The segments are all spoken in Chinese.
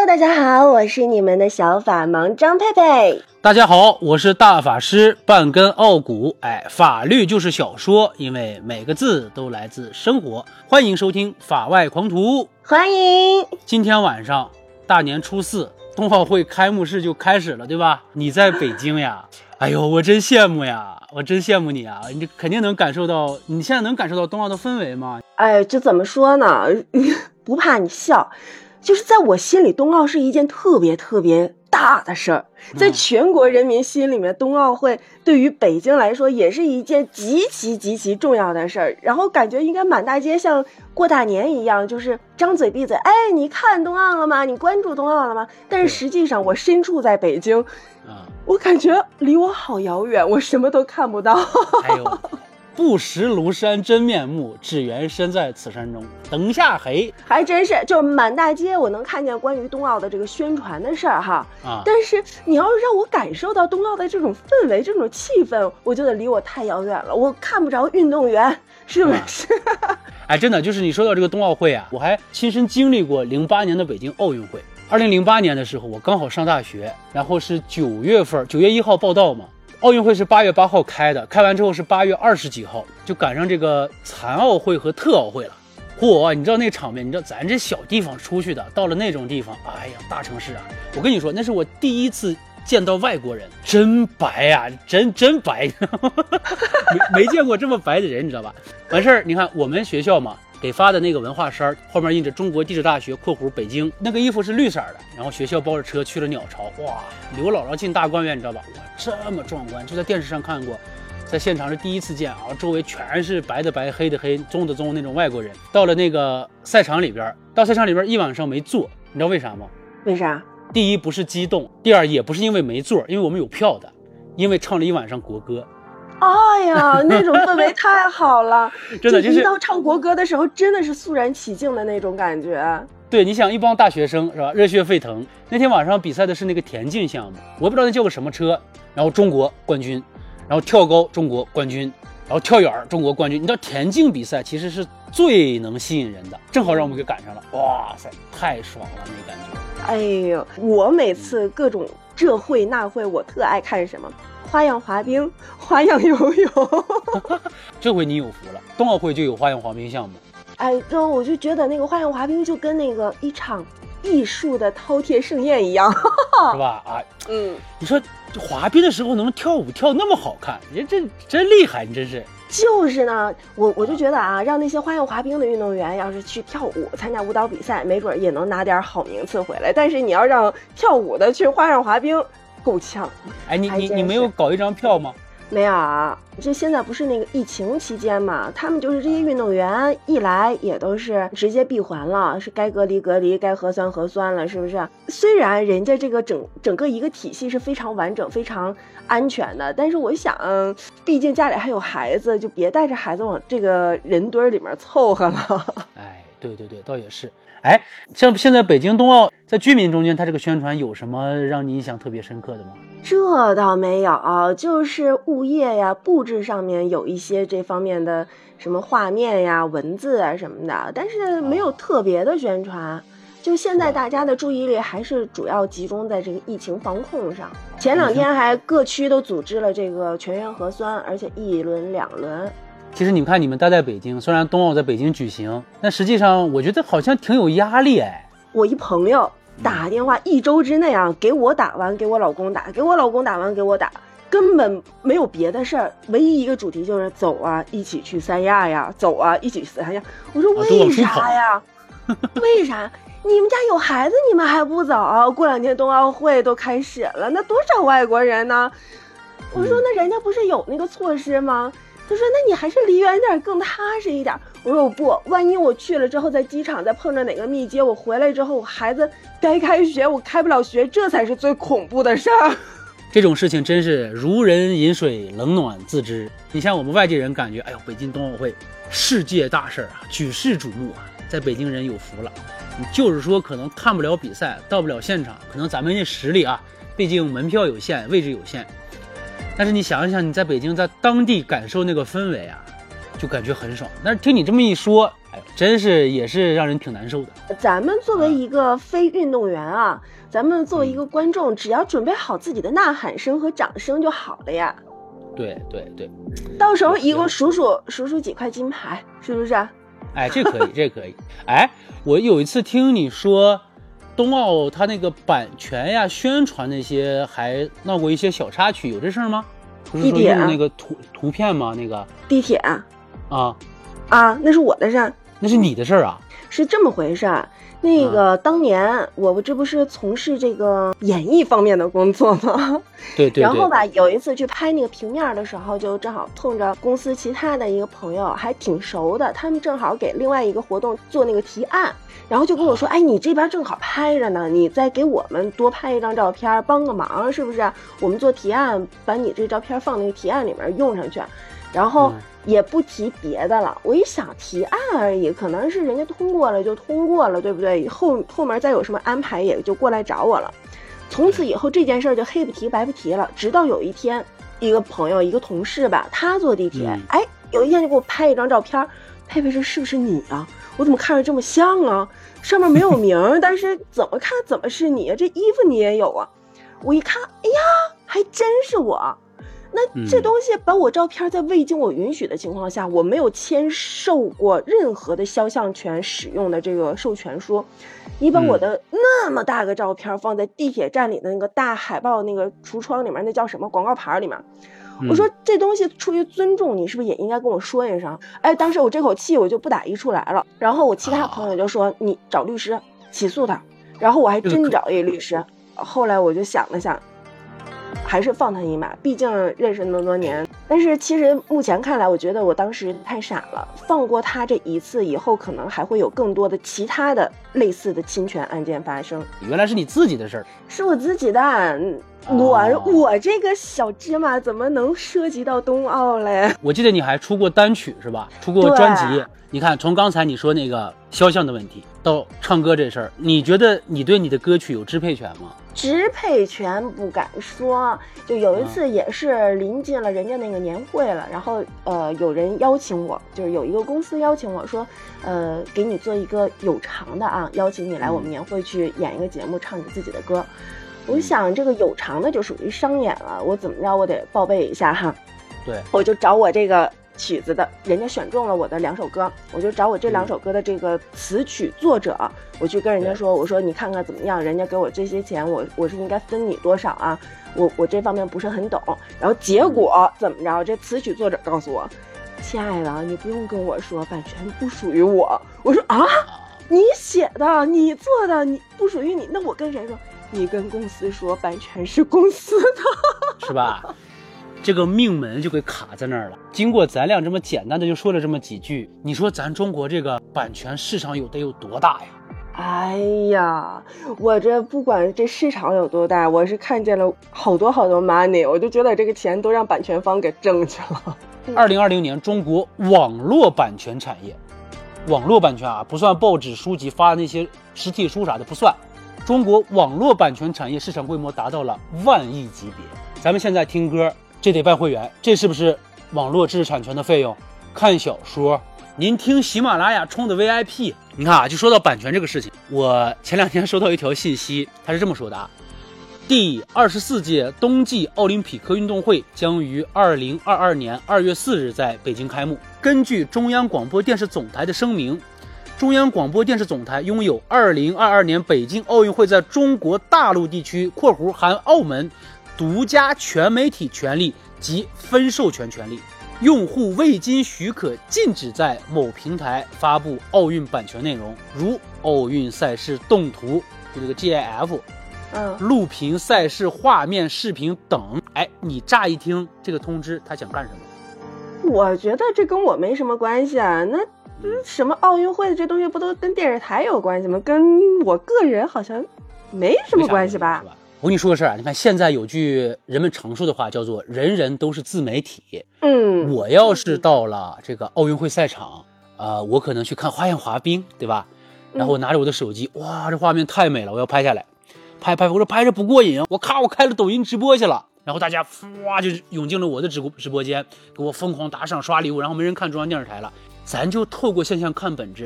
大家好，我是你们的小法盲张佩佩。 大家好，我是大法师半根傲骨。法律就是小说，因为每个字都来自生活。欢迎收听法外狂徒， 欢迎。 今天晚上大年初四，冬奥会开幕式就开始了，对吧？你在北京呀？哎呦，我真羡慕呀，我真羡慕你啊！你肯定能感受到，你现在能感受到冬奥的氛围吗？ 这怎么说呢？不怕你笑，就是在我心里，冬奥是一件特别大的事儿。在全国人民心里面，冬奥会对于北京来说也是一件极其重要的事儿。然后感觉应该满大街像过大年一样，就是张嘴闭嘴，你看冬奥了吗？你关注冬奥了吗？但是实际上我身处在北京，我感觉离我好遥远，我什么都看不到。 哎呦，不识庐山真面目，只缘身在此山中。等下黑， 还真是，就是满大街我能看见关于冬奥的这个宣传的事儿哈。但是你要是让我感受到冬奥的这种氛围、这种气氛，我觉得离我太遥远了，我看不着运动员，是不是？ 真的，就是你说到这个冬奥会啊，我还亲身经历过08年的北京奥运会。2008年的时候，我刚好上大学，然后是9月1号报到嘛。奥运会是8月8号开的，开完之后是8月20几号，就赶上这个残奥会和特奥会了。你知道那场面，你知道咱这小地方出去的，到了那种地方，哎呀，大城市啊！我跟你说，那是我第一次见到外国人，真白呀，真白，没见过这么白的人，你知道吧？完事儿，你看我们学校嘛，给发的那个文化衫后面印着中国地质大学（北京），那个衣服是绿色的，然后学校包着车去了鸟巢，哇，刘姥姥进大观园，你知道吧？哇，这么壮观，就在电视上看过，在现场是第一次见啊！周围全是白的白、黑的黑、棕的棕那种外国人。到了那个赛场里边，一晚上没坐，你知道为啥吗？ 为啥？第一不是激动，第二也不是因为没座，因为我们有票的，因为唱了一晚上国歌。 哎呀，那种氛围太好了， 真的，就是一到唱国歌的时候，真的是肃然起敬的那种感觉。 对，你想一帮大学生是吧，热血沸腾。那天晚上比赛的是那个田径项目，我也不知道那叫个什么车，然后中国冠军，然后跳高中国冠军，然后跳远中国冠军。你知道田径比赛其实是最能吸引人的，正好让我们给赶上了。哇塞，太爽了那感觉。 哎呦，我每次各种这会那会，我特爱看什么花样滑冰、花样游泳。 这回你有福了，冬奥会就有花样滑冰项目。 我就觉得那个花样滑冰就跟那个一场艺术的饕餮盛宴一样， 是吧？你说滑冰的时候能跳舞跳那么好看，你这真厉害，你真是。 就是呢，我就觉得啊，让那些花样滑冰的运动员要是去跳舞参加舞蹈比赛，没准也能拿点好名次回来。但是你要让跳舞的去花样滑冰，够呛。 你没有搞一张票吗？ 没有啊，这现在不是那个疫情期间嘛，他们就是这些运动员一来也都是直接闭环了，是该隔离隔离，该核酸核酸了，是不是？虽然人家这个整个一个体系是非常完整、非常安全的，但是我想，毕竟家里还有孩子，就别带着孩子往这个人堆里面凑合了。 对，倒也是。像现在北京冬奥在居民中间，它这个宣传有什么让你印象特别深刻的吗？ 这倒没有，就是物业呀、布置上面有一些这方面的什么画面呀、文字啊什么的，但是没有特别的宣传。就现在大家的注意力还是主要集中在这个疫情防控上。前2天还各区都组织了这个全员核酸，而且1轮2轮。 其实你看，你们待在北京，虽然冬奥在北京举行，但实际上我觉得好像挺有压力。 我一朋友打电话1周之内啊，给我打完给我老公打，给我老公打完给我打，根本没有别的事儿，唯一一个主题就是走啊，一起去三亚呀，走啊，一起去三亚。我说为啥呀？为啥？你们家有孩子，你们还不走？过2天冬奥会都开始了，那多少外国人呢？我说那人家不是有那个措施吗？他说那你还是离远点更踏实一点。我说我不，万一我去了之后在机场再碰着哪个密接，我回来之后我孩子该开学我开不了学，这才是最恐怖的事儿。 这种事情真是如人饮水，冷暖自知。你像我们外地人感觉，哎呦，北京冬奥会世界大事啊，举世瞩目啊，在北京人有福了。你就是说可能看不了比赛，到不了现场，可能咱们这实力啊，毕竟门票有限，位置有限。但是你想一想，你在北京在当地感受那个氛围啊，就感觉很爽。但是听你这么一说， 真是也是让人挺难受的。 咱们作为一个非运动员啊，咱们作为一个观众，只要准备好自己的呐喊声和掌声就好了呀。 对对对， 到时候一共数几块金牌，是不是？ 哎，这可以，这可以。哎，我有一次听你说，冬奥它那个版权呀、宣传那些还闹过一些小插曲，有这事儿吗？不是说用那个图片吗？那个地铁啊，那是我的事儿， 那是你的事儿啊？ 是这么回事儿。那个当年我这不是从事这个演艺方面的工作吗？ 对。 然后吧，有一次去拍那个平面的时候，就正好碰着公司其他的一个朋友，还挺熟的，他们正好给另外一个活动做那个提案，然后就跟我说，哎，你这边正好拍着呢，你再给我们多拍一张照片，帮个忙，是不是？我们做提案，把你这照片放那个提案里面用上去。然后也不提别的了，我一想提案而已，可能是人家通过了就通过了，对不对？后面再有什么安排也就过来找我了。从此以后这件事就黑不提白不提了。直到有一天，一个朋友一个同事吧，他坐地铁，哎，有一天就给我拍一张照片，佩佩这是不是你啊？我怎么看着这么像啊？上面没有名，但是怎么看怎么是你啊？这衣服你也有啊？我一看，哎呀，还真是我。那这东西把我照片在未经我允许的情况下，我没有签售过任何的肖像权使用的这个授权书，你把我的那么大个照片放在地铁站里的那个大海报那个橱窗里面，那叫什么广告牌里面，我说这东西出于尊重你是不是也应该跟我说一声？哎，当时我这口气我就不打一处来了。然后我其他朋友就说你找律师起诉他，然后我还真找一律师。后来我就想了想，还是放他一马，毕竟认识那么多年。但是其实目前看来，我觉得我当时太傻了，放过他这一次以后，可能还会有更多的其他的类似的侵权案件发生。 原来是你自己的事儿， 是我自己的。我这个小芝麻怎么能涉及到冬奥嘞？ 我记得你还出过单曲是吧？出过专辑。你看，从刚才你说那个肖像的问题到唱歌这事儿，你觉得你对你的歌曲有支配权吗？ 支配权不敢说，就有一次也是临近了人家那个年会了，然后有人邀请我，就是有一个公司邀请我说，给你做一个有偿的啊，邀请你来我们年会去演一个节目，唱你自己的歌。我想这个有偿的就属于商演了，我怎么着我得报备一下哈。对，我就找我这个曲子的人家选中了我的2首歌，我就找我这2首歌的这个词曲作者，我去跟人家说，我说你看看怎么样，人家给我这些钱，我是应该分你多少啊？我这方面不是很懂。然后结果怎么着？这词曲作者告诉我，亲爱的，你不用跟我说，版权不属于我。我说啊，你写的，你做的，你不属于你，那我跟谁说？你跟公司说，版权是公司的，是吧？ 这个命门就给卡在那儿了。经过咱俩这么简单的就说了这么几句，你说咱中国这个版权市场得有多大呀？ 哎呀，我这不管这市场有多大，我是看见了好多 money， 我就觉得这个钱都让版权方给挣去了。 2020年中国网络版权产业，网络版权啊，不算报纸书籍发的那些实体书啥的不算，中国网络版权产业市场规模达到了10000亿级别。咱们现在听歌这得办会员，这是不是网络知识产权的费用？看小说，您听喜马拉雅充的 VIP。 你看啊，就说到版权这个事情，我前2天收到一条信息，他是这么说的啊：第24届冬季奥林匹克运动会将于2022年2月4日在北京开幕。根据中央广播电视总台的声明，中央广播电视总台拥有2022年北京奥运会在中国大陆地区（含澳门）独家全媒体权利及分授权权利，用户未经许可禁止在某平台发布奥运版权内容，如奥运赛事动图，就这个 GIF， 录屏赛事画面、视频等。哎，你乍一听这个通知，他想干什么？ 我觉得这跟我没什么关系啊。那什么奥运会的这东西不都跟电视台有关系吗？跟我个人好像没什么关系吧？ 我跟你说个事儿啊，你看现在有句人们常说的话叫做人人都是自媒体。我要是到了这个奥运会赛场，我可能去看花样滑冰，对吧？然后我拿着我的手机，哇，这画面太美了，我要拍下来，拍，我说拍着不过瘾，我开了抖音直播去了，然后大家哇就涌进了我的直播间，给我疯狂打赏刷礼物，然后没人看中央电视台了。咱就透过现象看本质，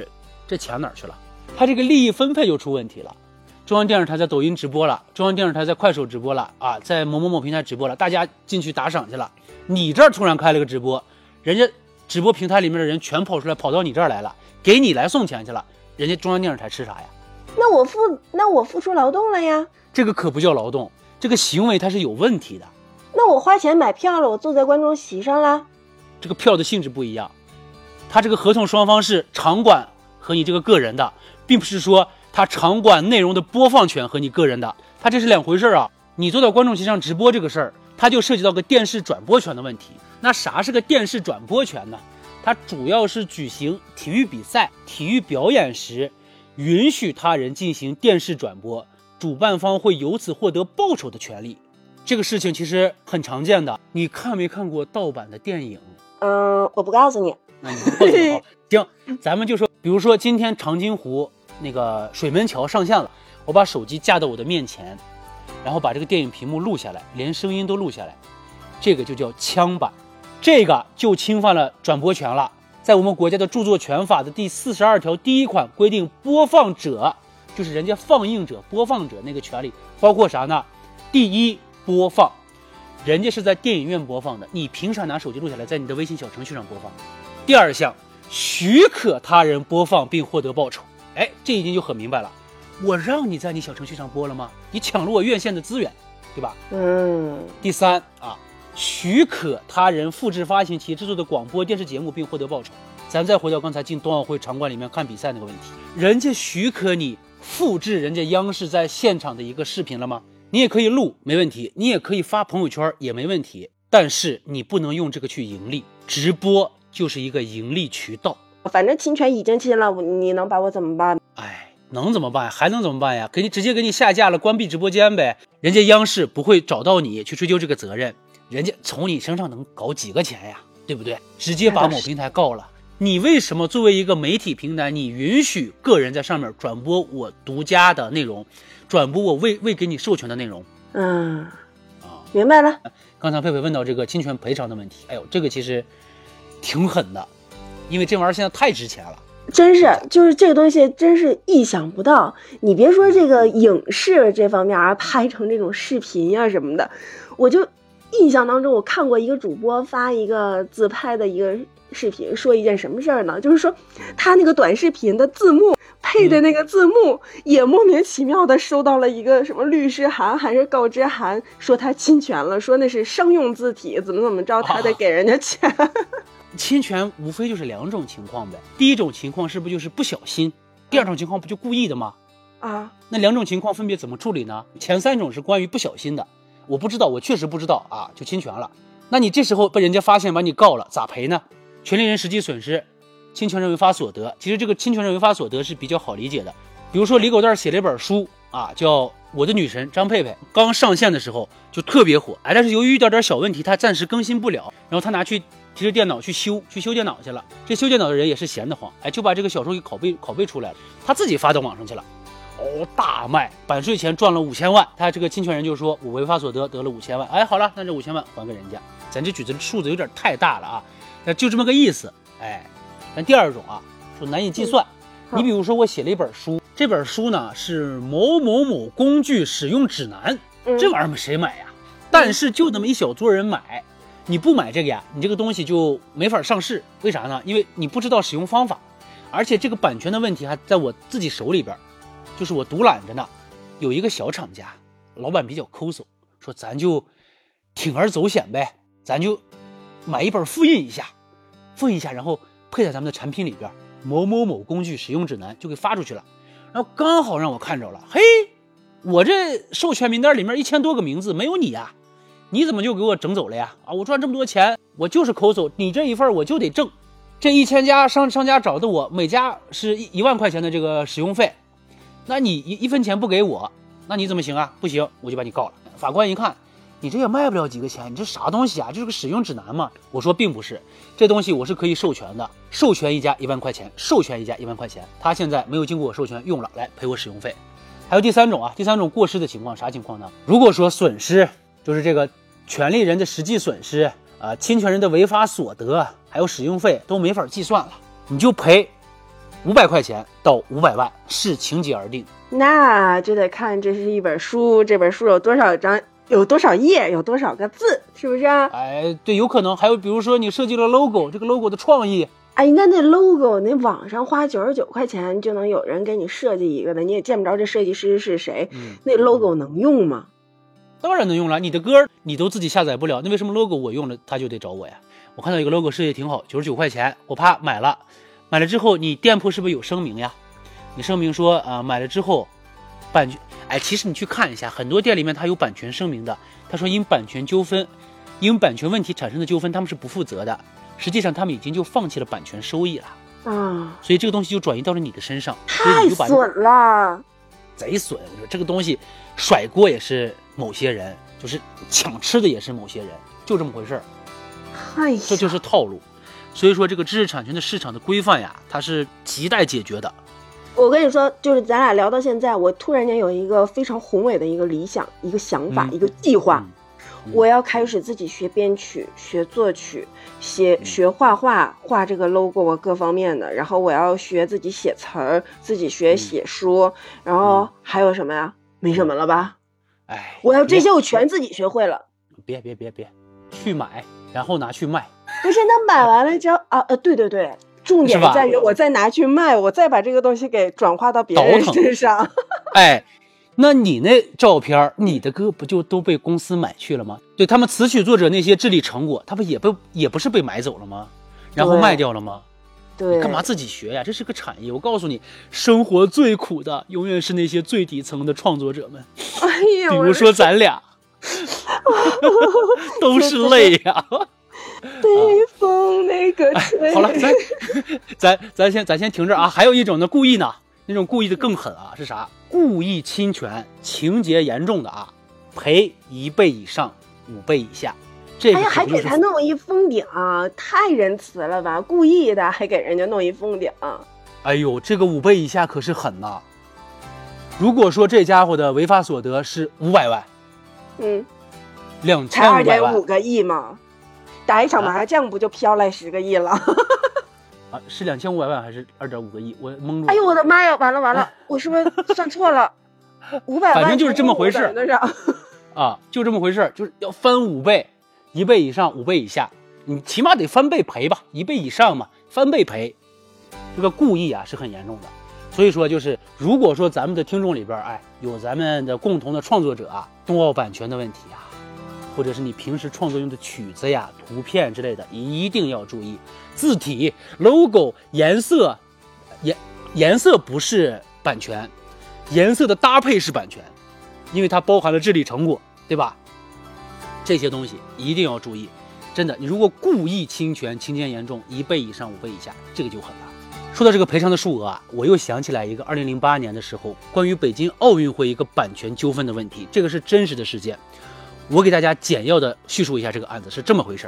这钱哪儿去了？他这个利益分配就出问题了。中央电视台在抖音直播了，中央电视台在快手直播了啊，在某某某平台直播了，大家进去打赏去了。你这儿突然开了个直播，人家直播平台里面的人全跑出来，跑到你这儿来了，给你来送钱去了，人家中央电视台吃啥呀？ 那我付出劳动了呀。 这个可不叫劳动，这个行为它是有问题的。 那我花钱买票了，我坐在观众席上了。 这个票的性质不一样，他这个合同双方是场馆和你这个个人的，并不是说他场馆内容的播放权和你个人的，他这是两回事啊。你坐到观众席上直播这个事儿，它就涉及到个电视转播权的问题。那啥是个电视转播权呢？它主要是举行体育比赛、体育表演时，允许他人进行电视转播，主办方会由此获得报酬的权利。这个事情其实很常见的，你看没看过盗版的电影？ 我不告诉你。 那你不告诉我。行，咱们就说，比如说今天长津湖那个水门桥上线了，我把手机架到我的面前，然后把这个电影屏幕录下来，连声音都录下来，这个就叫枪版，这个就侵犯了转播权了。在我们国家的著作权法的第42条第1款规定，播放者就是人家放映者、播放者那个权利包括啥呢？第一，播放，人家是在电影院播放的，你凭啥拿手机录下来，在你的微信小程序上播放？第二项，许可他人播放并获得报酬。哎，这已经就很明白了，我让你在你小程序上播了吗？你抢了我院线的资源，对吧？第三啊，许可他人复制发行其制作的广播电视节目并获得报酬。咱再回到刚才进冬奥会场馆里面看比赛那个问题，人家许可你复制人家央视在现场的一个视频了吗？你也可以录，没问题，你也可以发朋友圈，也没问题，但是你不能用这个去盈利，直播就是一个盈利渠道。 反正侵权已经侵了，你能把我怎么办？ 哎，能怎么办？还能怎么办呀？直接给你下架了，关闭直播间呗。人家央视不会找到你去追究这个责任，人家从你身上能搞几个钱呀？对不对？直接把某平台告了。你为什么作为一个媒体平台，你允许个人在上面转播我独家的内容，转播我未给你授权的内容？ 明白了。 刚才佩佩问到这个侵权赔偿的问题，哎呦，这个其实挺狠的，因为这玩意儿现在太值钱了。 真是，就是这个东西真是意想不到。你别说这个影视这方面啊，拍成这种视频呀什么的，我就印象当中我看过一个主播发一个自拍的一个视频，说一件什么事儿呢？就是说他那个短视频的字幕配的那个字幕也莫名其妙的收到了一个什么律师函还是告知函，说他侵权了，说那是商用字体，怎么着，他得给人家钱。 侵权无非就是两种情况呗，第一种情况是不是就是不小心，第二种情况不就故意的吗？那两种情况分别怎么处理呢？前三种是关于不小心的，我不知道，我确实不知道啊，就侵权了。那你这时候被人家发现把你告了，咋赔呢？权利人实际损失，侵权人违法所得。其实这个侵权人违法所得是比较好理解的，比如说李狗蛋写了一本书啊，叫《我的女神张佩佩》，刚上线的时候就特别火，但是由于遇到点小问题，他暂时更新不了，然后他拿去提着电脑去修电脑去了。这修电脑的人也是闲得慌，就把这个小说给拷贝出来了，他自己发到网上去了，大卖，版税钱赚了5000万。他这个侵权人就说我违法所得得了5000万，好了，那这5000万还给人家。咱这举的数字有点太大了啊，那就这么个意思。但第二种啊，说难以计算。你比如说我写了一本书，这本书呢是某某某工具使用指南，这玩意儿谁买呀？但是就那么一小撮人买，你不买这个呀，你这个东西就没法上市。为啥呢？因为你不知道使用方法，而且这个版权的问题还在我自己手里边，就是我独揽着呢。有一个小厂家，老板比较抠搜，说咱就铤而走险呗，咱就买一本复印一下，然后配在咱们的产品里边，某某某工具使用指南就给发出去了。然后刚好让我看着了，嘿，我这授权名单里面1000多个名字没有你呀，你怎么就给我整走了呀？我赚这么多钱，我就是抠搜，你这一份我就得挣。这1000家商家找的我，每家是1万块钱的这个使用费，那你一分钱不给我，那你怎么行啊？不行，我就把你告了。法官一看，你这也卖不了几个钱，你这啥东西啊？这是个使用指南嘛？我说并不是，这东西我是可以授权的，授权一家1万块钱，授权一家1万块钱，他现在没有经过我授权用了，来赔我使用费。还有第三种过失的情况，啥情况呢？如果说损失就是这个权利人的实际损失侵权人的违法所得还有使用费都没法计算了，你就赔 500块钱到500万，视情节而定。 那就得看这是一本书，这本书有多少章，有多少页，有多少个字，是不是啊？ 哎，对，有可能还有比如说你设计了 logo， 这个 logo 的创意， 哎，那 logo 那网上花99块钱就能有人给你设计一个的，你也见不着这设计师是谁，那 logo 能用吗？ 当然能用了，你的歌你都自己下载不了，那为什么 logo 我用了他就得找我呀？我看到一个 logo 设计挺好，99块钱，我啪买了之后，你店铺是不是有声明呀？你声明说买了之后版权，哎，其实你去看一下，很多店里面它有版权声明的，他说因版权问题产生的纠纷，他们是不负责的。实际上他们已经就放弃了版权收益了啊， 所以这个东西就转移到了你的身上， 太损了， 贼损！我说这个东西甩锅也是某些人，就是抢吃的也是某些人，就这么回事儿。这就是套路。所以说这个知识产权的市场的规范呀，它是亟待解决的。 我跟你说，就是咱俩聊到现在，我突然间有一个非常宏伟的一个理想、一个想法、一个计划。我要开始自己学编曲、学作曲、学画画，画这个 logo 各方面的。然后我要学自己写词儿，自己学写书。然后还有什么呀？没什么了吧？ 哎， 我要这些我全自己学会了。 别，去买，然后拿去卖。 不是，那买完了之后对，重点在于我再拿去卖，我再把这个东西给转化到别人身上。 哎，那你那照片，你的歌不就都被公司买去了吗？对，他们词曲作者那些智力成果，他不也不是被买走了吗？然后卖掉了吗？对，你干嘛自己学呀？这是个产业。我告诉你，生活最苦的永远是那些最底层的创作者们。 哎呦， 比如说咱俩都是泪呀。 北风那个吹。 好了，咱先停这儿啊。还有一种呢，故意呢，那种故意的更狠啊，是啥？故意侵权，情节严重的啊，赔1倍以上5倍以下。这个还给他弄一封顶，太仁慈了吧？故意的还给人家弄一封顶。 哎呦，这个5倍以下可是狠呐！如果说这家伙的违法所得是500万，2500 才2.5个亿吗？打一场麻将不就飘来10个亿了？ 是2500万还是2.5个亿？我蒙住了。 哎呦我的妈呀！完了，我是不是算错了？500万， 反正就是这么回事啊，就这么回事，就是要翻5倍，1倍以上5倍以下，你起码得翻倍赔吧，1倍以上嘛，翻倍赔。这个故意啊是很严重的。所以说就是如果说咱们的听众里边有咱们的共同的创作者冬奥版权的问题或者是你平时创作用的曲子呀、图片之类的，一定要注意字体、logo、颜色。颜色不是版权，颜色的搭配是版权，因为它包含了智力成果，对吧？这些东西一定要注意。真的，你如果故意侵权，情节严重，1倍以上5倍以下，这个就狠了。说到这个赔偿的数额我又想起来一个2008年的时候关于北京奥运会一个版权纠纷的问题，这个是真实的事件。我给大家简要的叙述一下这个案子是这么回事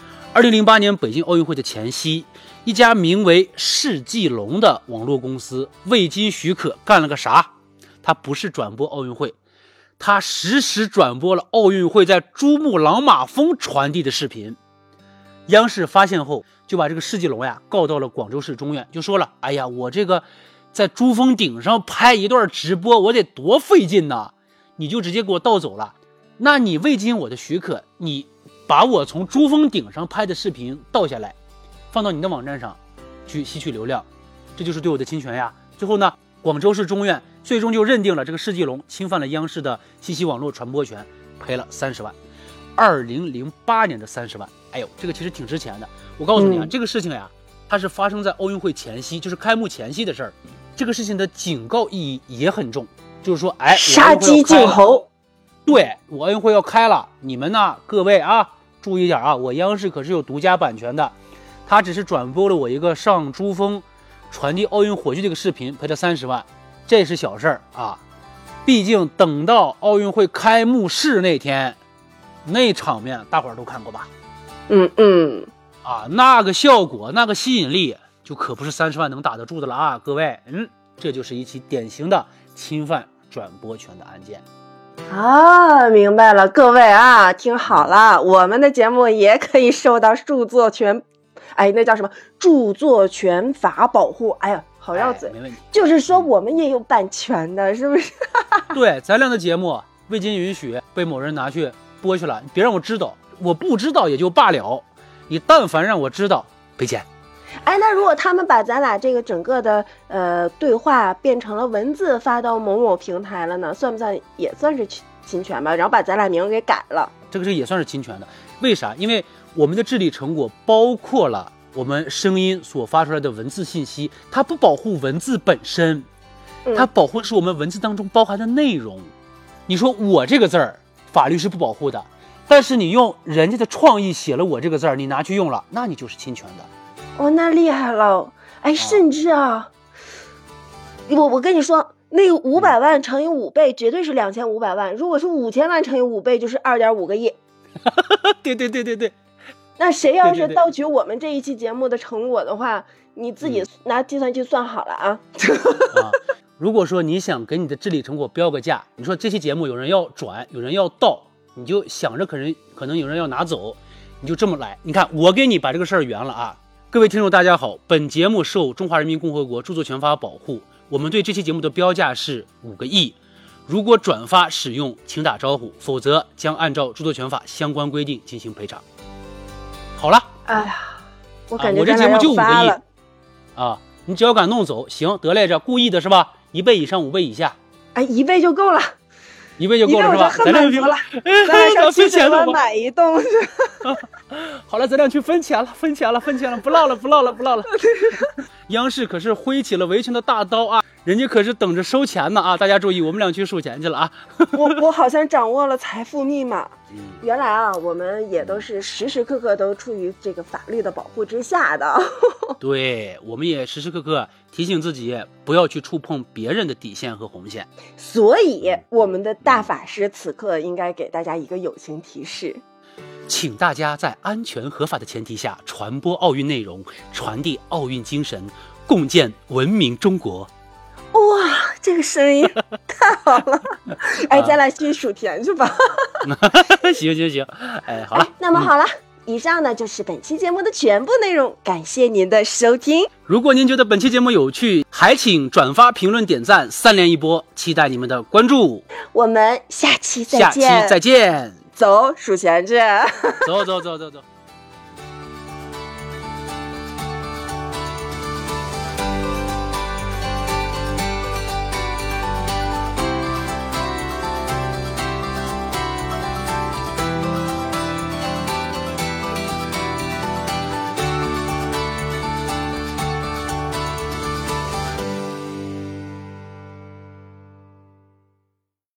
2008年北京奥运会的前夕，一家名为世纪龙的网络公司未经许可干了个啥？它不是转播奥运会，它实时转播了奥运会在珠穆朗玛峰传递的视频。央视发现后就把这个世纪龙告到了广州市中院，就说了，哎呀，我这个在珠峰顶上拍一段直播，我得多费劲呢，你就直接给我盗走了。那你未经我的许可，你把我从珠峰顶上拍的视频盗下来，放到你的网站上去吸取流量，这就是对我的侵权呀。最后呢，广州市中院最终就认定了这个世纪龙侵犯了央视的信息网络传播权，赔了30万。2008年的30万，哎呦，这个其实挺值钱的。我告诉你这个事情它是发生在奥运会前夕，就是开幕前夕的事儿。这个事情的警告意义也很重，就是说， 杀鸡儆猴。 对，我奥运会要开了，你们呢，各位注意点我央视可是有独家版权的，他只是转播了我一个上珠峰传递奥运火炬这个视频，赔了30万，这是小事儿毕竟等到奥运会开幕式那天，那场面大伙儿都看过吧？那个效果，那个吸引力，就可不是30万能打得住的了各位。这就是一起典型的侵犯转播权的案件。 明白了，各位听好了，我们的节目也可以受到著作权，那叫什么？著作权法保护。哎呀， 好绕嘴， 没问题。 就是说我们也有版权的，是不是？ 对，咱俩的节目未经允许被某人拿去播去了，别让我知道，我不知道也就罢了，你但凡让我知道，赔钱。 哎，那如果他们把咱俩这个整个的对话变成了文字发到某某平台了呢，算不算也算是侵权吧？然后把咱俩名字给改了， 这个是也算是侵权的。为啥？因为我们的智力成果包括了我们声音所发出来的文字信息，它不保护文字本身，它保护的是我们文字当中包含的内容。你说我这个字儿，法律是不保护的，但是你用人家的创意写了我这个字儿，你拿去用了，那你就是侵权的。 哦，那厉害了！哎，甚至我跟你说，那个500万乘以5倍绝对是2500万，如果是5000万乘以5倍，就是2.5个亿。 对。 那谁要是盗取我们这一期节目的成果的话，你自己拿计算器算好了啊。 如果说你想给你的智力成果标个价，你说这期节目有人要转，有人要盗，你就想着可能有人要拿走，你就这么来。你看，我给你把这个事儿圆了啊。各位听众大家好，本节目受中华人民共和国著作权法保护，我们对这期节目的标价是5个亿。如果转发使用请打招呼，否则将按照著作权法相关规定进行赔偿。好了， 哎呀，我感觉我这节目就5个亿啊，你只要敢弄走，行得来着，故意的是吧？1倍以上5倍以下， 哎，1倍就够了 ，1倍就够了是吧？ 咱俩了，咱俩分钱了， 买一栋。 好了，咱俩去分钱了，不唠了。央视可是挥起了维权的大刀啊，人家可是等着收钱呢啊！大家注意，我们俩去数钱去了啊！ 我好像掌握了财富密码。原来啊，我们也都是时时刻刻都处于这个法律的保护之下的。 对，我们也时时刻刻提醒自己不要去触碰别人的底线和红线。 所以，我们的大法师此刻应该给大家一个友情提示。 请大家在安全合法的前提下传播奥运内容，传递奥运精神，共建文明中国。 哇，这个声音太好了！哎，咱俩去数田去吧。 行，哎，好了， 那么好了。以上呢就是本期节目的全部内容，感谢您的收听。 如果您觉得本期节目有趣，还请转发、评论、点赞，3连一波，期待你们的关注。 我们下期再见。 走， 数钱去。 走。